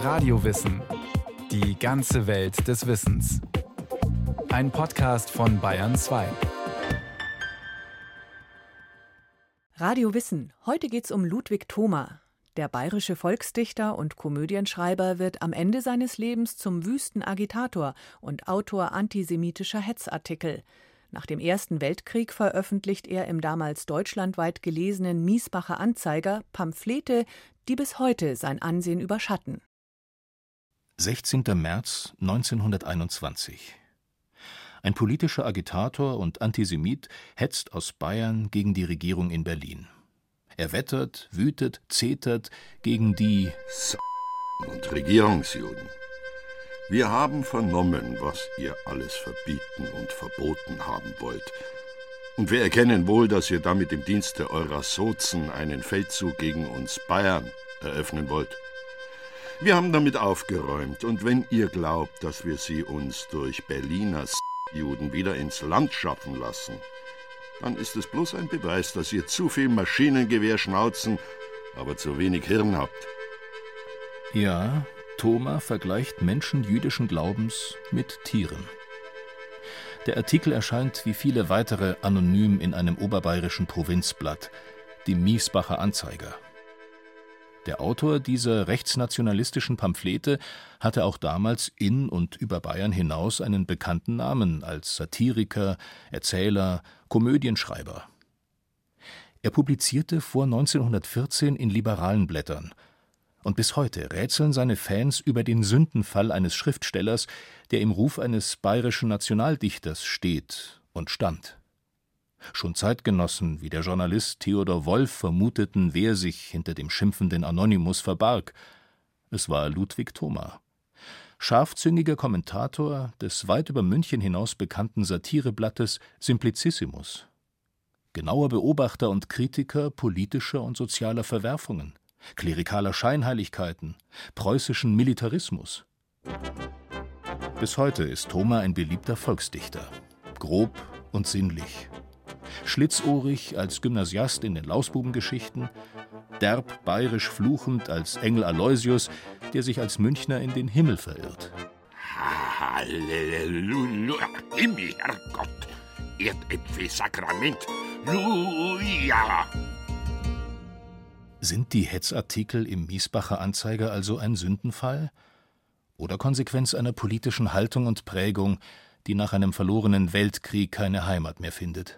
Radiowissen. Die ganze Welt des Wissens. Ein Podcast von Bayern 2. Radio Wissen. Heute geht's um Ludwig Thoma. Der bayerische Volksdichter und Komödienschreiber wird am Ende seines Lebens zum wüsten Agitator und Autor antisemitischer Hetzartikel. Nach dem Ersten Weltkrieg veröffentlicht er im damals deutschlandweit gelesenen Miesbacher Anzeiger Pamphlete, die bis heute sein Ansehen überschatten. 16. März 1921. Ein politischer Agitator und Antisemit hetzt aus Bayern gegen die Regierung in Berlin. Er wettert, wütet, zetert gegen die und Regierungsjuden. Wir haben vernommen, was ihr alles verbieten und verboten haben wollt. Und wir erkennen wohl, dass ihr damit im Dienste eurer Sozen einen Feldzug gegen uns Bayern eröffnen wollt. Wir haben damit aufgeräumt, und wenn ihr glaubt, dass wir sie uns durch Berliner Juden wieder ins Land schaffen lassen, dann ist es bloß ein Beweis, dass ihr zu viel Maschinengewehr schnauzen, aber zu wenig Hirn habt. Ja, Thoma vergleicht Menschen jüdischen Glaubens mit Tieren. Der Artikel erscheint wie viele weitere anonym in einem oberbayerischen Provinzblatt, dem Miesbacher Anzeiger. Der Autor dieser rechtsnationalistischen Pamphlete hatte auch damals in und über Bayern hinaus einen bekannten Namen als Satiriker, Erzähler, Komödienschreiber. Er publizierte vor 1914 in liberalen Blättern. Und bis heute rätseln seine Fans über den Sündenfall eines Schriftstellers, der im Ruf eines bayerischen Nationaldichters steht und stand. Schon Zeitgenossen wie der Journalist Theodor Wolff vermuteten, wer sich hinter dem schimpfenden Anonymous verbarg. Es war Ludwig Thoma. Scharfzüngiger Kommentator des weit über München hinaus bekannten Satireblattes Simplicissimus. Genauer Beobachter und Kritiker politischer und sozialer Verwerfungen, klerikaler Scheinheiligkeiten, preußischen Militarismus. Bis heute ist Thoma ein beliebter Volksdichter. Grob und sinnlich. Schlitzohrig als Gymnasiast in den Lausbubengeschichten, derb bayerisch fluchend als Engel Aloysius, der sich als Münchner in den Himmel verirrt. Halleluja, Himmel, Herrgott, Erdäpfel, Sakrament, Luja. Sind die Hetzartikel im Miesbacher Anzeiger also ein Sündenfall? Oder Konsequenz einer politischen Haltung und Prägung, die nach einem verlorenen Weltkrieg keine Heimat mehr findet?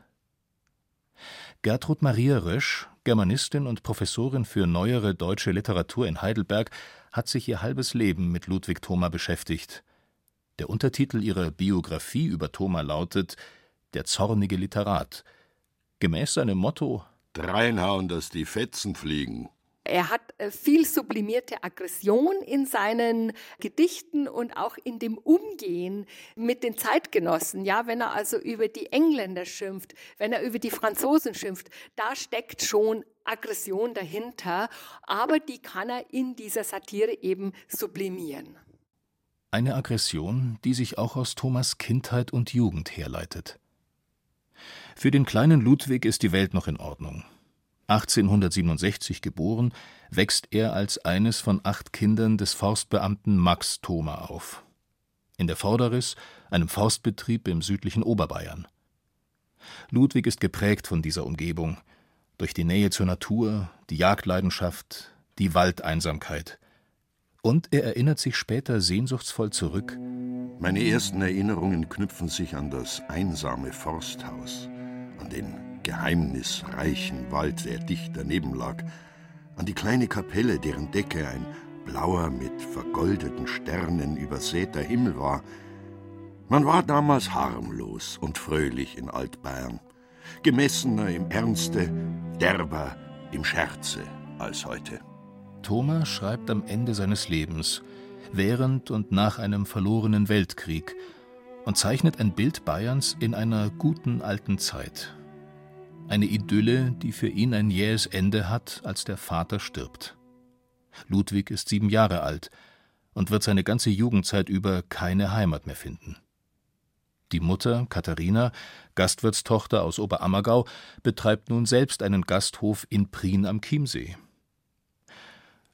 Gertrud Maria Rösch, Germanistin und Professorin für neuere deutsche Literatur in Heidelberg, hat sich ihr halbes Leben mit Ludwig Thoma beschäftigt. Der Untertitel ihrer Biografie über Thoma lautet »Der zornige Literat«. Gemäß seinem Motto Dreinhauen, dass die Fetzen fliegen. Er hat viel sublimierte Aggression in seinen Gedichten und auch in dem Umgehen mit den Zeitgenossen. Ja, wenn er also über die Engländer schimpft, wenn er über die Franzosen schimpft, da steckt schon Aggression dahinter, aber die kann er in dieser Satire eben sublimieren. Eine Aggression, die sich auch aus Thomas Kindheit und Jugend herleitet. Für den kleinen Ludwig ist die Welt noch in Ordnung. 1867 geboren, wächst er als eines von 8 Kindern des Forstbeamten Max Thoma auf. In der Vorderis, einem Forstbetrieb im südlichen Oberbayern. Ludwig ist geprägt von dieser Umgebung, durch die Nähe zur Natur, die Jagdleidenschaft, die Waldeinsamkeit. Und er erinnert sich später sehnsuchtsvoll zurück. Meine ersten Erinnerungen knüpfen sich an das einsame Forsthaus, an den geheimnisreichen Wald, der dicht daneben lag, an die kleine Kapelle, deren Decke ein blauer, mit vergoldeten Sternen übersäter Himmel war. Man war damals harmlos und fröhlich in Altbayern, gemessener im Ernste, derber im Scherze als heute. Thoma schreibt am Ende seines Lebens, während und nach einem verlorenen Weltkrieg, und zeichnet ein Bild Bayerns in einer guten alten Zeit. Eine Idylle, die für ihn ein jähes Ende hat, als der Vater stirbt. Ludwig ist 7 Jahre alt und wird seine ganze Jugendzeit über keine Heimat mehr finden. Die Mutter, Katharina, Gastwirtstochter aus Oberammergau, betreibt nun selbst einen Gasthof in Prien am Chiemsee.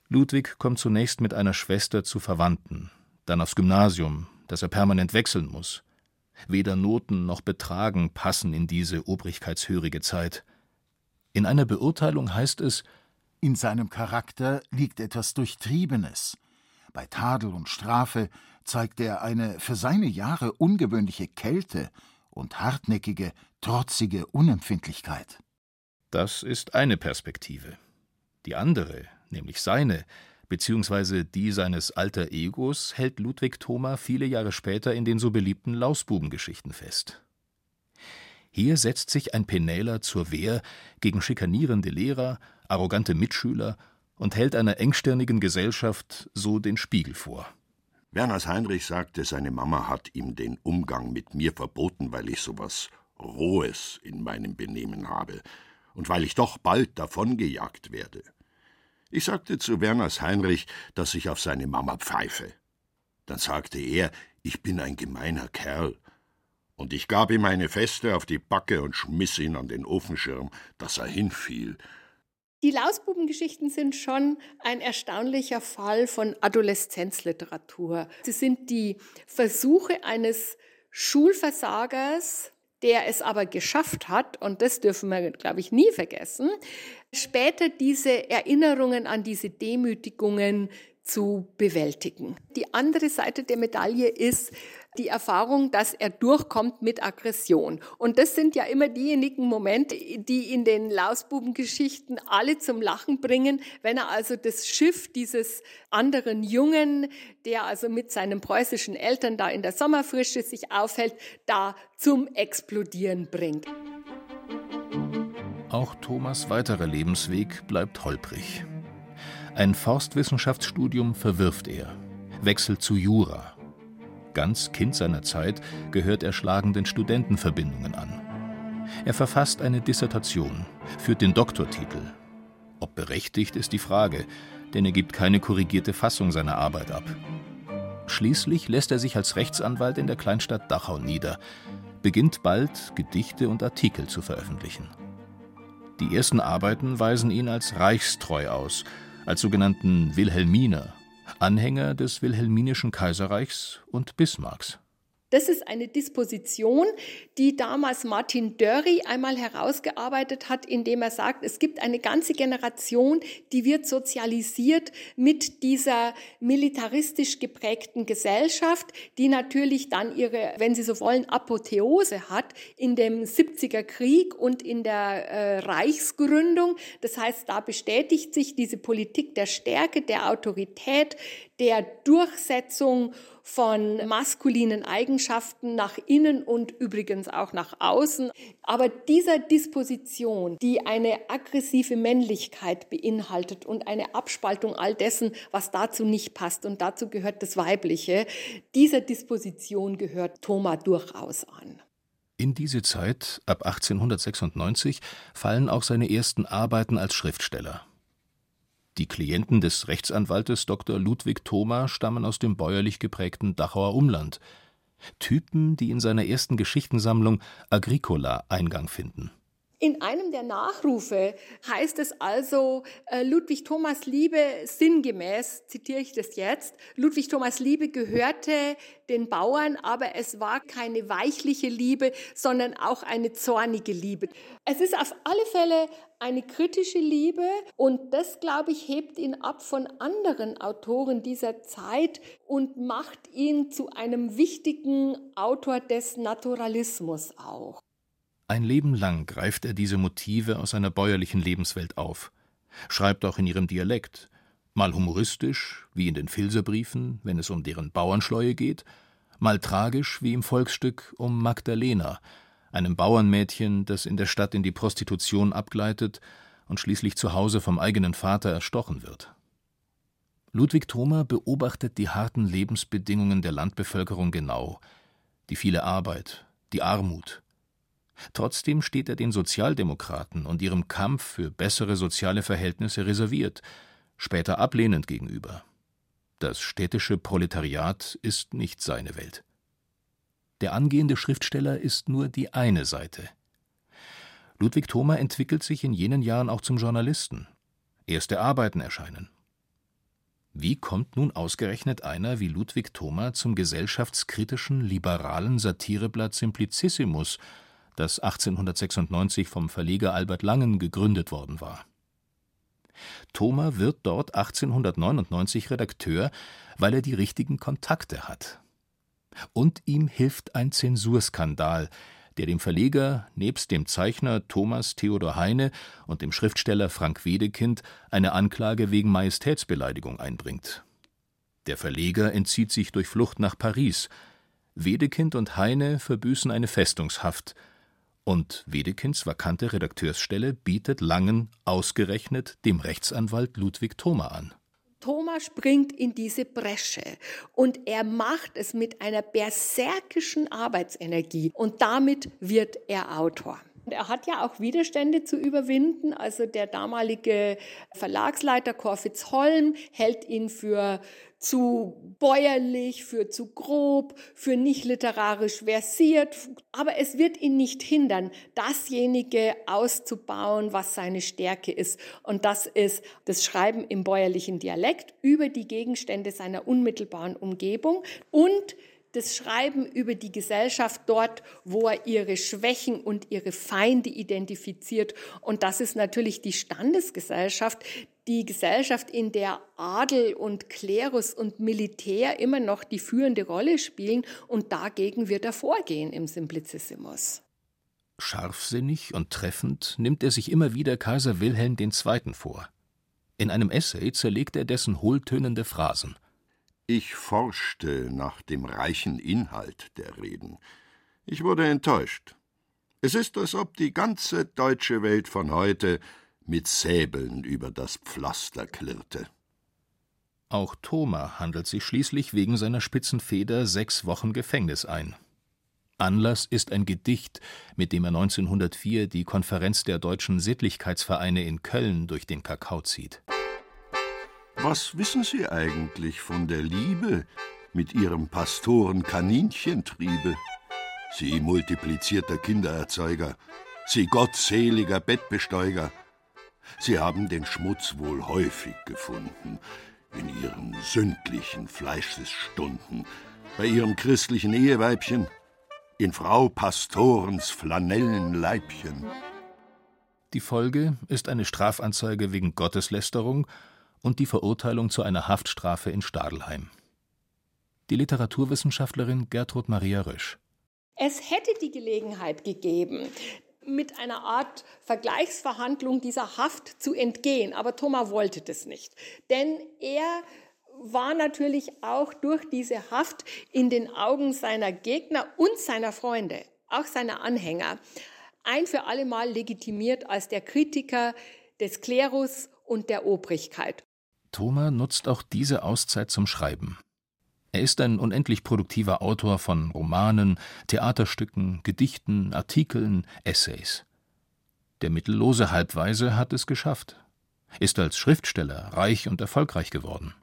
Ludwig kommt zunächst mit einer Schwester zu Verwandten, dann aufs Gymnasium, das er permanent wechseln muss. Weder Noten noch Betragen passen in diese obrigkeitshörige Zeit. In einer Beurteilung heißt es: In seinem Charakter liegt etwas Durchtriebenes. Bei Tadel und Strafe zeigt er eine für seine Jahre ungewöhnliche Kälte und hartnäckige, trotzige Unempfindlichkeit. Das ist eine Perspektive. Die andere, nämlich seine, beziehungsweise die seines Alter Egos, hält Ludwig Thoma viele Jahre später in den so beliebten Lausbubengeschichten fest. Hier setzt sich ein Penäler zur Wehr gegen schikanierende Lehrer, arrogante Mitschüler und hält einer engstirnigen Gesellschaft so den Spiegel vor. Werners Heinrich sagte, seine Mama hat ihm den Umgang mit mir verboten, weil ich sowas Rohes in meinem Benehmen habe und weil ich doch bald davongejagt werde. Ich sagte zu Werners Heinrich, dass ich auf seine Mama pfeife. Dann sagte er, ich bin ein gemeiner Kerl. Und ich gab ihm eine Feste auf die Backe und schmiss ihn an den Ofenschirm, dass er hinfiel. Die Lausbubengeschichten sind schon ein erstaunlicher Fall von Adoleszenzliteratur. Sie sind die Versuche eines Schulversagers, der es aber geschafft hat, und das dürfen wir, glaube ich, nie vergessen, später diese Erinnerungen an diese Demütigungen zu bewältigen. Die andere Seite der Medaille ist die Erfahrung, dass er durchkommt mit Aggression. Und das sind ja immer diejenigen Momente, die in den Lausbubengeschichten alle zum Lachen bringen, wenn er also das Schiff dieses anderen Jungen, der also mit seinen preußischen Eltern da in der Sommerfrische sich aufhält, da zum Explodieren bringt. Auch Thomas' weiterer Lebensweg bleibt holprig. Ein Forstwissenschaftsstudium verwirft er, wechselt zu Jura. Ganz Kind seiner Zeit gehört er schlagenden Studentenverbindungen an. Er verfasst eine Dissertation, führt den Doktortitel. Ob berechtigt, ist die Frage, denn er gibt keine korrigierte Fassung seiner Arbeit ab. Schließlich lässt er sich als Rechtsanwalt in der Kleinstadt Dachau nieder, beginnt bald Gedichte und Artikel zu veröffentlichen. Die ersten Arbeiten weisen ihn als reichstreu aus, als sogenannten Wilhelminer, Anhänger des Wilhelminischen Kaiserreichs und Bismarcks. Das ist eine Disposition, die damals Martin Dörry einmal herausgearbeitet hat, indem er sagt, es gibt eine ganze Generation, die wird sozialisiert mit dieser militaristisch geprägten Gesellschaft, die natürlich dann ihre, wenn Sie so wollen, Apotheose hat in dem 70er Krieg und in der Reichsgründung. Das heißt, da bestätigt sich diese Politik der Stärke, der Autorität, der Durchsetzung von maskulinen Eigenschaften nach innen und übrigens auch nach außen. Aber dieser Disposition, die eine aggressive Männlichkeit beinhaltet und eine Abspaltung all dessen, was dazu nicht passt, und dazu gehört das Weibliche, dieser Disposition gehört Thoma durchaus an. In diese Zeit, ab 1896, fallen auch seine ersten Arbeiten als Schriftsteller. Die Klienten des Rechtsanwaltes Dr. Ludwig Thoma stammen aus dem bäuerlich geprägten Dachauer Umland. Typen, die in seiner ersten Geschichtensammlung Agricola Eingang finden. In einem der Nachrufe heißt es also, Ludwig Thomas Liebe, sinngemäß, zitiere ich das jetzt, Ludwig Thomas Liebe gehörte den Bauern, aber es war keine weichliche Liebe, sondern auch eine zornige Liebe. Es ist auf alle Fälle eine kritische Liebe und das, glaube ich, hebt ihn ab von anderen Autoren dieser Zeit und macht ihn zu einem wichtigen Autor des Naturalismus auch. Ein Leben lang greift er diese Motive aus seiner bäuerlichen Lebenswelt auf, schreibt auch in ihrem Dialekt, mal humoristisch, wie in den Filserbriefen, wenn es um deren Bauernschleue geht, mal tragisch, wie im Volksstück um Magdalena, einem Bauernmädchen, das in der Stadt in die Prostitution abgleitet und schließlich zu Hause vom eigenen Vater erstochen wird. Ludwig Thoma beobachtet die harten Lebensbedingungen der Landbevölkerung genau, die viele Arbeit, die Armut. Trotzdem steht er den Sozialdemokraten und ihrem Kampf für bessere soziale Verhältnisse reserviert, später ablehnend gegenüber. Das städtische Proletariat ist nicht seine Welt. Der angehende Schriftsteller ist nur die eine Seite. Ludwig Thoma entwickelt sich in jenen Jahren auch zum Journalisten. Erste Arbeiten erscheinen. Wie kommt nun ausgerechnet einer wie Ludwig Thoma zum gesellschaftskritischen, liberalen Satireblatt Simplicissimus, das 1896 vom Verleger Albert Langen gegründet worden war? Thoma wird dort 1899 Redakteur, weil er die richtigen Kontakte hat. Und ihm hilft ein Zensurskandal, der dem Verleger nebst dem Zeichner Thomas Theodor Heine und dem Schriftsteller Frank Wedekind eine Anklage wegen Majestätsbeleidigung einbringt. Der Verleger entzieht sich durch Flucht nach Paris. Wedekind und Heine verbüßen eine Festungshaft. Und Wedekinds vakante Redakteursstelle bietet Langen ausgerechnet dem Rechtsanwalt Ludwig Thoma an. Thoma springt in diese Bresche und er macht es mit einer berserkischen Arbeitsenergie und damit wird er Autor. Und er hat ja auch Widerstände zu überwinden, also der damalige Verlagsleiter Corfitz Holm hält ihn für zu bäuerlich, für zu grob, für nicht literarisch versiert. Aber es wird ihn nicht hindern, dasjenige auszubauen, was seine Stärke ist. Und das ist das Schreiben im bäuerlichen Dialekt über die Gegenstände seiner unmittelbaren Umgebung und das Schreiben über die Gesellschaft dort, wo er ihre Schwächen und ihre Feinde identifiziert. Und das ist natürlich die Standesgesellschaft, die Gesellschaft, in der Adel und Klerus und Militär immer noch die führende Rolle spielen. Und dagegen wird er vorgehen im Simplicissimus. Scharfsinnig und treffend nimmt er sich immer wieder Kaiser Wilhelm II. Vor. In einem Essay zerlegt er dessen hohltönende Phrasen. Ich forschte nach dem reichen Inhalt der Reden. Ich wurde enttäuscht. Es ist, als ob die ganze deutsche Welt von heute mit Säbeln über das Pflaster klirrte. Auch Thoma handelt sich schließlich wegen seiner spitzen Feder 6 Wochen Gefängnis ein. Anlass ist ein Gedicht, mit dem er 1904 die Konferenz der deutschen Sittlichkeitsvereine in Köln durch den Kakao zieht. Was wissen Sie eigentlich von der Liebe mit Ihrem Pastoren-Kaninchentriebe? Sie multiplizierter Kindererzeuger, Sie gottseliger Bettbestäuger. Sie haben den Schmutz wohl häufig gefunden, in Ihren sündlichen Fleischesstunden, bei Ihrem christlichen Eheweibchen, in Frau Pastorens Flanellenleibchen. Die Folge ist eine Strafanzeige wegen Gotteslästerung und die Verurteilung zu einer Haftstrafe in Stadelheim. Die Literaturwissenschaftlerin Gertrud Maria Rösch. Es hätte die Gelegenheit gegeben, mit einer Art Vergleichsverhandlung dieser Haft zu entgehen, aber Thoma wollte das nicht. Denn er war natürlich auch durch diese Haft in den Augen seiner Gegner und seiner Freunde, auch seiner Anhänger, ein für alle Mal legitimiert als der Kritiker des Klerus und der Obrigkeit. Thoma nutzt auch diese Auszeit zum Schreiben. Er ist ein unendlich produktiver Autor von Romanen, Theaterstücken, Gedichten, Artikeln, Essays. Der mittellose Halbwaise hat es geschafft, ist als Schriftsteller reich und erfolgreich geworden.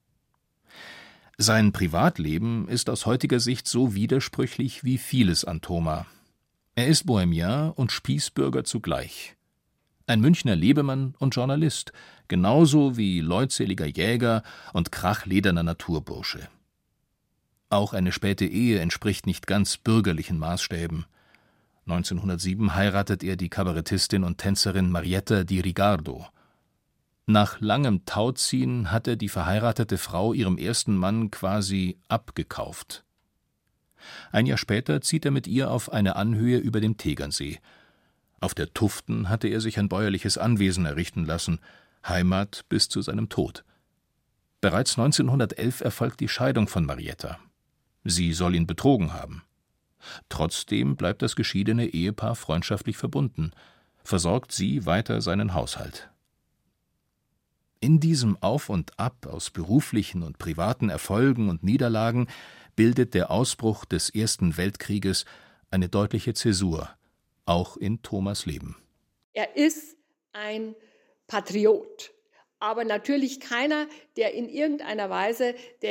Sein Privatleben ist aus heutiger Sicht so widersprüchlich wie vieles an Thoma. Er ist Bohemian und Spießbürger zugleich. Ein Münchner Lebemann und Journalist, genauso wie leutseliger Jäger und krachlederner Naturbursche. Auch eine späte Ehe entspricht nicht ganz bürgerlichen Maßstäben. 1907 heiratet er die Kabarettistin und Tänzerin Marietta di Rigardo. Nach langem Tauziehen hat er die verheiratete Frau ihrem ersten Mann quasi abgekauft. Ein Jahr später zieht er mit ihr auf eine Anhöhe über dem Tegernsee. Auf der Tuften hatte er sich ein bäuerliches Anwesen errichten lassen, Heimat bis zu seinem Tod. Bereits 1911 erfolgt die Scheidung von Marietta. Sie soll ihn betrogen haben. Trotzdem bleibt das geschiedene Ehepaar freundschaftlich verbunden, versorgt sie weiter seinen Haushalt. In diesem Auf und Ab aus beruflichen und privaten Erfolgen und Niederlagen bildet der Ausbruch des Ersten Weltkrieges eine deutliche Zäsur, auch in Thomas Leben. Er ist ein Patriot, aber natürlich keiner, der in irgendeiner Weise der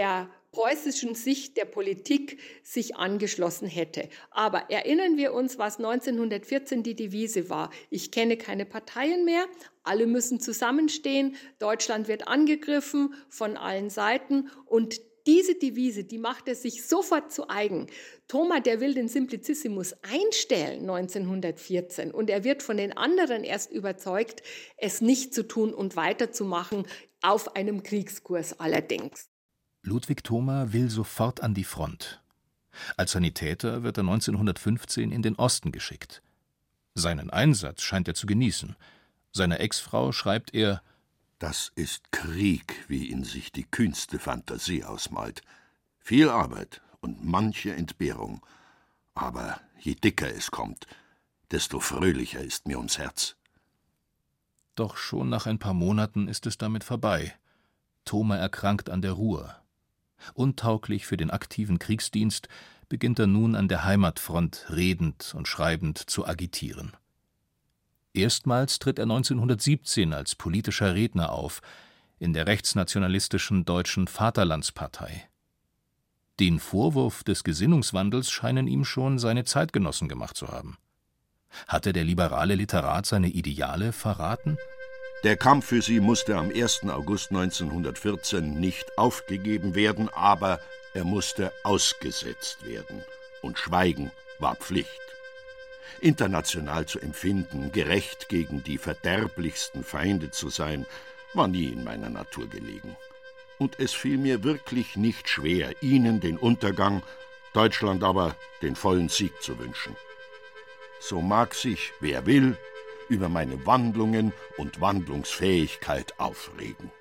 preußischen Sicht der Politik sich angeschlossen hätte. Aber erinnern wir uns, was 1914 die Devise war. Ich kenne keine Parteien mehr, alle müssen zusammenstehen, Deutschland wird angegriffen von allen Seiten und diese Devise, die macht er sich sofort zu eigen. Thoma, der will den Simplicissimus einstellen 1914 und er wird von den anderen erst überzeugt, es nicht zu tun und weiterzumachen, auf einem Kriegskurs allerdings. Ludwig Thoma will sofort an die Front. Als Sanitäter wird er 1915 in den Osten geschickt. Seinen Einsatz scheint er zu genießen. Seiner Ex-Frau schreibt er: Das ist Krieg, wie ihn sich die kühnste Fantasie ausmalt. Viel Arbeit und manche Entbehrung. Aber je dicker es kommt, desto fröhlicher ist mir ums Herz. Doch schon nach ein paar Monaten ist es damit vorbei. Thoma erkrankt an der Ruhr. Untauglich für den aktiven Kriegsdienst beginnt er nun an der Heimatfront redend und schreibend zu agitieren. Erstmals tritt er 1917 als politischer Redner auf, in der rechtsnationalistischen Deutschen Vaterlandspartei. Den Vorwurf des Gesinnungswandels scheinen ihm schon seine Zeitgenossen gemacht zu haben. Hatte der liberale Literat seine Ideale verraten? Der Kampf für sie musste am 1. August 1914 nicht aufgegeben werden, aber er musste ausgesetzt werden. Und Schweigen war Pflicht. International zu empfinden, gerecht gegen die verderblichsten Feinde zu sein, war nie in meiner Natur gelegen. Und es fiel mir wirklich nicht schwer, ihnen den Untergang, Deutschland aber den vollen Sieg zu wünschen. So mag sich, wer will, über meine Wandlungen und Wandlungsfähigkeit aufregen.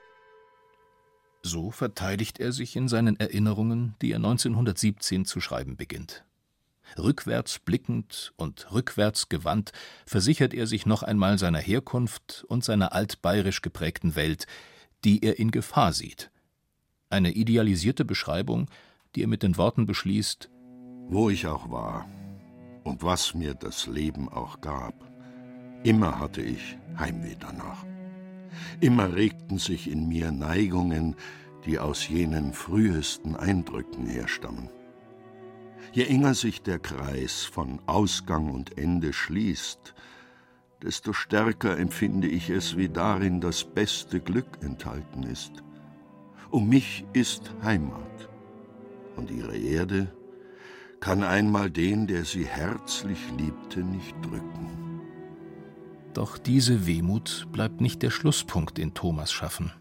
So verteidigt er sich in seinen Erinnerungen, die er 1917 zu schreiben beginnt. Rückwärts blickend und rückwärts gewandt versichert er sich noch einmal seiner Herkunft und seiner altbayerisch geprägten Welt, die er in Gefahr sieht. Eine idealisierte Beschreibung, die er mit den Worten beschließt: Wo ich auch war und was mir das Leben auch gab, immer hatte ich Heimweh danach. Immer regten sich in mir Neigungen, die aus jenen frühesten Eindrücken herstammen. Je enger sich der Kreis von Ausgang und Ende schließt, desto stärker empfinde ich es, wie darin das beste Glück enthalten ist. Um mich ist Heimat, und ihre Erde kann einmal den, der sie herzlich liebte, nicht drücken. Doch diese Wehmut bleibt nicht der Schlusspunkt in Thomas Schaffen.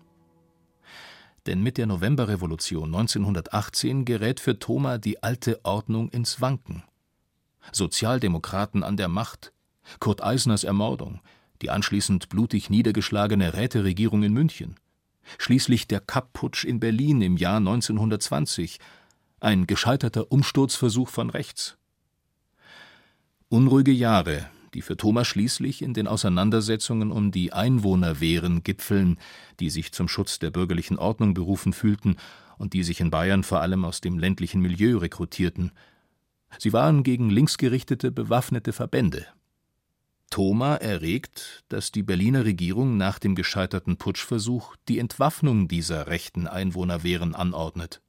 Denn mit der Novemberrevolution 1918 gerät für Thoma die alte Ordnung ins Wanken. Sozialdemokraten an der Macht, Kurt Eisners Ermordung, die anschließend blutig niedergeschlagene Räteregierung in München, schließlich der Kapp-Putsch in Berlin im Jahr 1920, ein gescheiterter Umsturzversuch von rechts. Unruhige Jahre, die für Thoma schließlich in den Auseinandersetzungen um die Einwohnerwehren gipfeln, die sich zum Schutz der bürgerlichen Ordnung berufen fühlten und die sich in Bayern vor allem aus dem ländlichen Milieu rekrutierten. Sie waren gegen linksgerichtete bewaffnete Verbände. Thoma erregt, dass die Berliner Regierung nach dem gescheiterten Putschversuch die Entwaffnung dieser rechten Einwohnerwehren anordnet.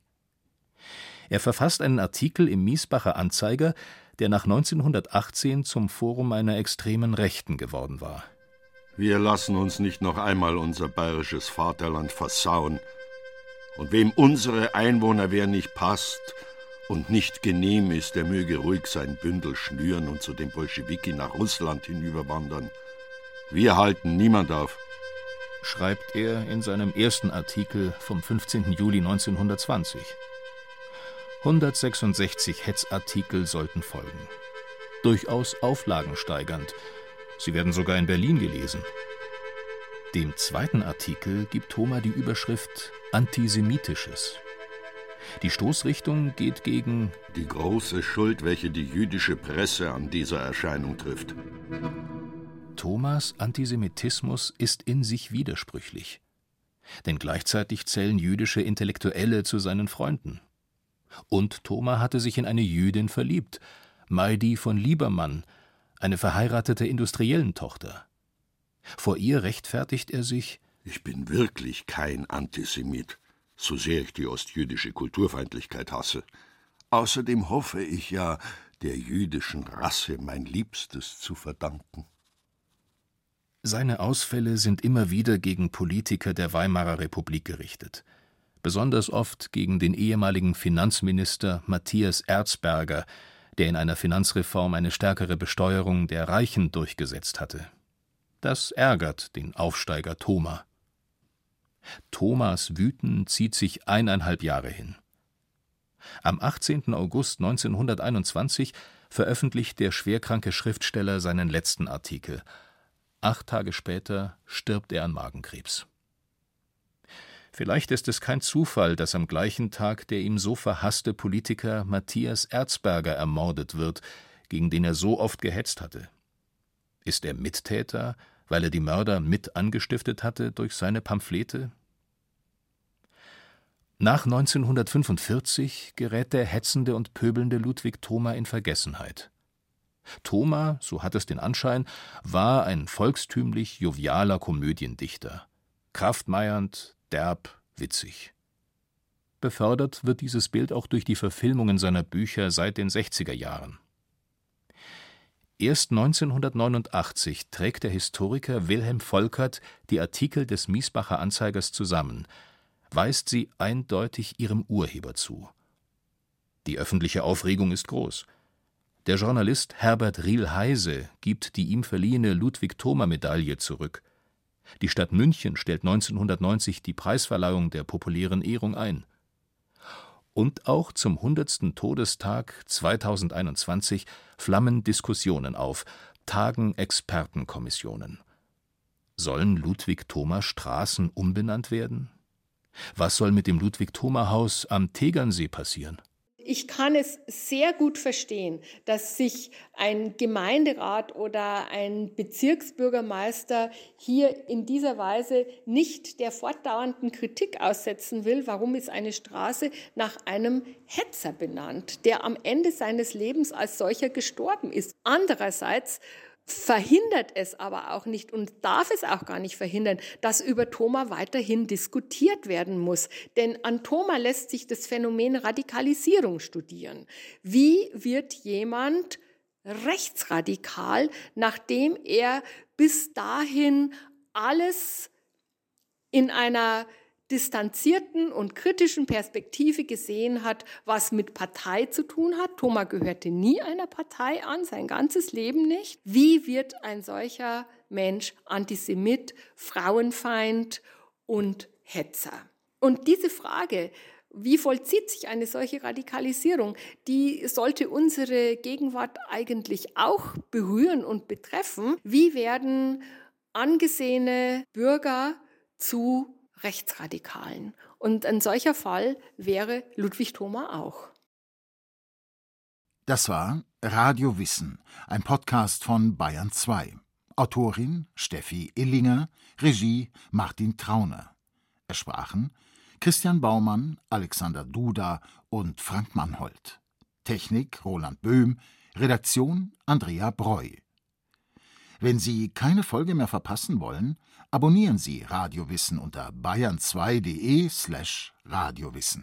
Er verfasst einen Artikel im Miesbacher Anzeiger, der nach 1918 zum Forum einer extremen Rechten geworden war. Wir lassen uns nicht noch einmal unser bayerisches Vaterland versauen. Und wem unsere Einwohnerwehr nicht passt und nicht genehm ist, der möge ruhig sein Bündel schnüren und zu den Bolschewiki nach Russland hinüberwandern. Wir halten niemand auf, schreibt er in seinem ersten Artikel vom 15. Juli 1920. 166 Hetzartikel sollten folgen. Durchaus auflagensteigernd. Sie werden sogar in Berlin gelesen. Dem zweiten Artikel gibt Thoma die Überschrift Antisemitisches. Die Stoßrichtung geht gegen die große Schuld, welche die jüdische Presse an dieser Erscheinung trifft. Thomas Antisemitismus ist in sich widersprüchlich. Denn gleichzeitig zählen jüdische Intellektuelle zu seinen Freunden. Und Thoma hatte sich in eine Jüdin verliebt, Maidi von Liebermann, eine verheiratete Industriellentochter. Vor ihr rechtfertigt er sich: Ich bin wirklich kein Antisemit, so sehr ich die ostjüdische Kulturfeindlichkeit hasse. Außerdem hoffe ich ja, der jüdischen Rasse mein Liebstes zu verdanken. Seine Ausfälle sind immer wieder gegen Politiker der Weimarer Republik gerichtet. Besonders oft gegen den ehemaligen Finanzminister Matthias Erzberger, der in einer Finanzreform eine stärkere Besteuerung der Reichen durchgesetzt hatte. Das ärgert den Aufsteiger Thoma. Thomas Wüten zieht sich 1,5 Jahre hin. Am 18. August 1921 veröffentlicht der schwerkranke Schriftsteller seinen letzten Artikel. 8 Tage später stirbt er an Magenkrebs. Vielleicht ist es kein Zufall, dass am gleichen Tag der ihm so verhasste Politiker Matthias Erzberger ermordet wird, gegen den er so oft gehetzt hatte. Ist er Mittäter, weil er die Mörder mit angestiftet hatte durch seine Pamphlete? Nach 1945 gerät der hetzende und pöbelnde Ludwig Thoma in Vergessenheit. Thoma, so hat es den Anschein, war ein volkstümlich jovialer Komödiendichter, kraftmeiernd, derb, witzig. Befördert wird dieses Bild auch durch die Verfilmungen seiner Bücher seit den 60er Jahren. Erst 1989 trägt der Historiker Wilhelm Volkert die Artikel des Miesbacher Anzeigers zusammen, weist sie eindeutig ihrem Urheber zu. Die öffentliche Aufregung ist groß. Der Journalist Herbert Riel-Heise gibt die ihm verliehene Ludwig-Thoma-Medaille zurück. Die Stadt München stellt 1990 die Preisverleihung der populären Ehrung ein. Und auch zum 100. Todestag 2021 flammen Diskussionen auf, tagen Expertenkommissionen. Sollen Ludwig-Thoma-Straßen umbenannt werden? Was soll mit dem Ludwig-Thoma-Haus am Tegernsee passieren? Ich kann es sehr gut verstehen, dass sich ein Gemeinderat oder ein Bezirksbürgermeister hier in dieser Weise nicht der fortdauernden Kritik aussetzen will, warum ist eine Straße nach einem Hetzer benannt, der am Ende seines Lebens als solcher gestorben ist. Andererseits verhindert es aber auch nicht und darf es auch gar nicht verhindern, dass über Thoma weiterhin diskutiert werden muss. Denn an Thoma lässt sich das Phänomen Radikalisierung studieren. Wie wird jemand rechtsradikal, nachdem er bis dahin alles in einer distanzierten und kritischen Perspektive gesehen hat, was mit Partei zu tun hat. Thoma gehörte nie einer Partei an, sein ganzes Leben nicht. Wie wird ein solcher Mensch Antisemit, Frauenfeind und Hetzer? Und diese Frage, wie vollzieht sich eine solche Radikalisierung, die sollte unsere Gegenwart eigentlich auch berühren und betreffen. Wie werden angesehene Bürger zu Rechtsradikalen? Und ein solcher Fall wäre Ludwig Thoma auch. Das war Radio Wissen, ein Podcast von Bayern 2. Autorin Steffi Illinger, Regie Martin Trauner. Es sprachen Christian Baumann, Alexander Duda und Frank Mannhold. Technik Roland Böhm, Redaktion Andrea Breu. Wenn Sie keine Folge mehr verpassen wollen, abonnieren Sie Radio Wissen unter bayern2.de/radiowissen.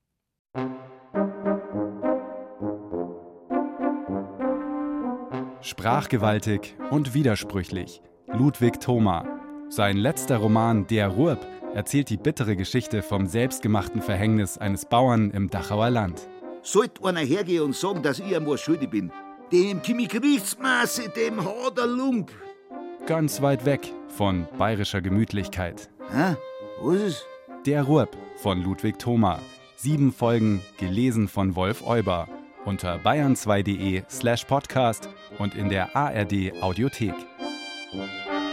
Sprachgewaltig und widersprüchlich. Ludwig Thoma. Sein letzter Roman Der Ruhrb erzählt die bittere Geschichte vom selbstgemachten Verhängnis eines Bauern im Dachauer Land. Sollte einer hergehen und sagen, dass ich ihm was schuldig bin, dem Kimi Gerichtsmaße, dem hat er Lump. Ganz weit weg von bayerischer Gemütlichkeit. Hä? Was ist? Der Ruhrb von Ludwig Thoma. 7 Folgen, gelesen von Wolf Euber. Unter bayern2.de/podcast und in der ARD Audiothek.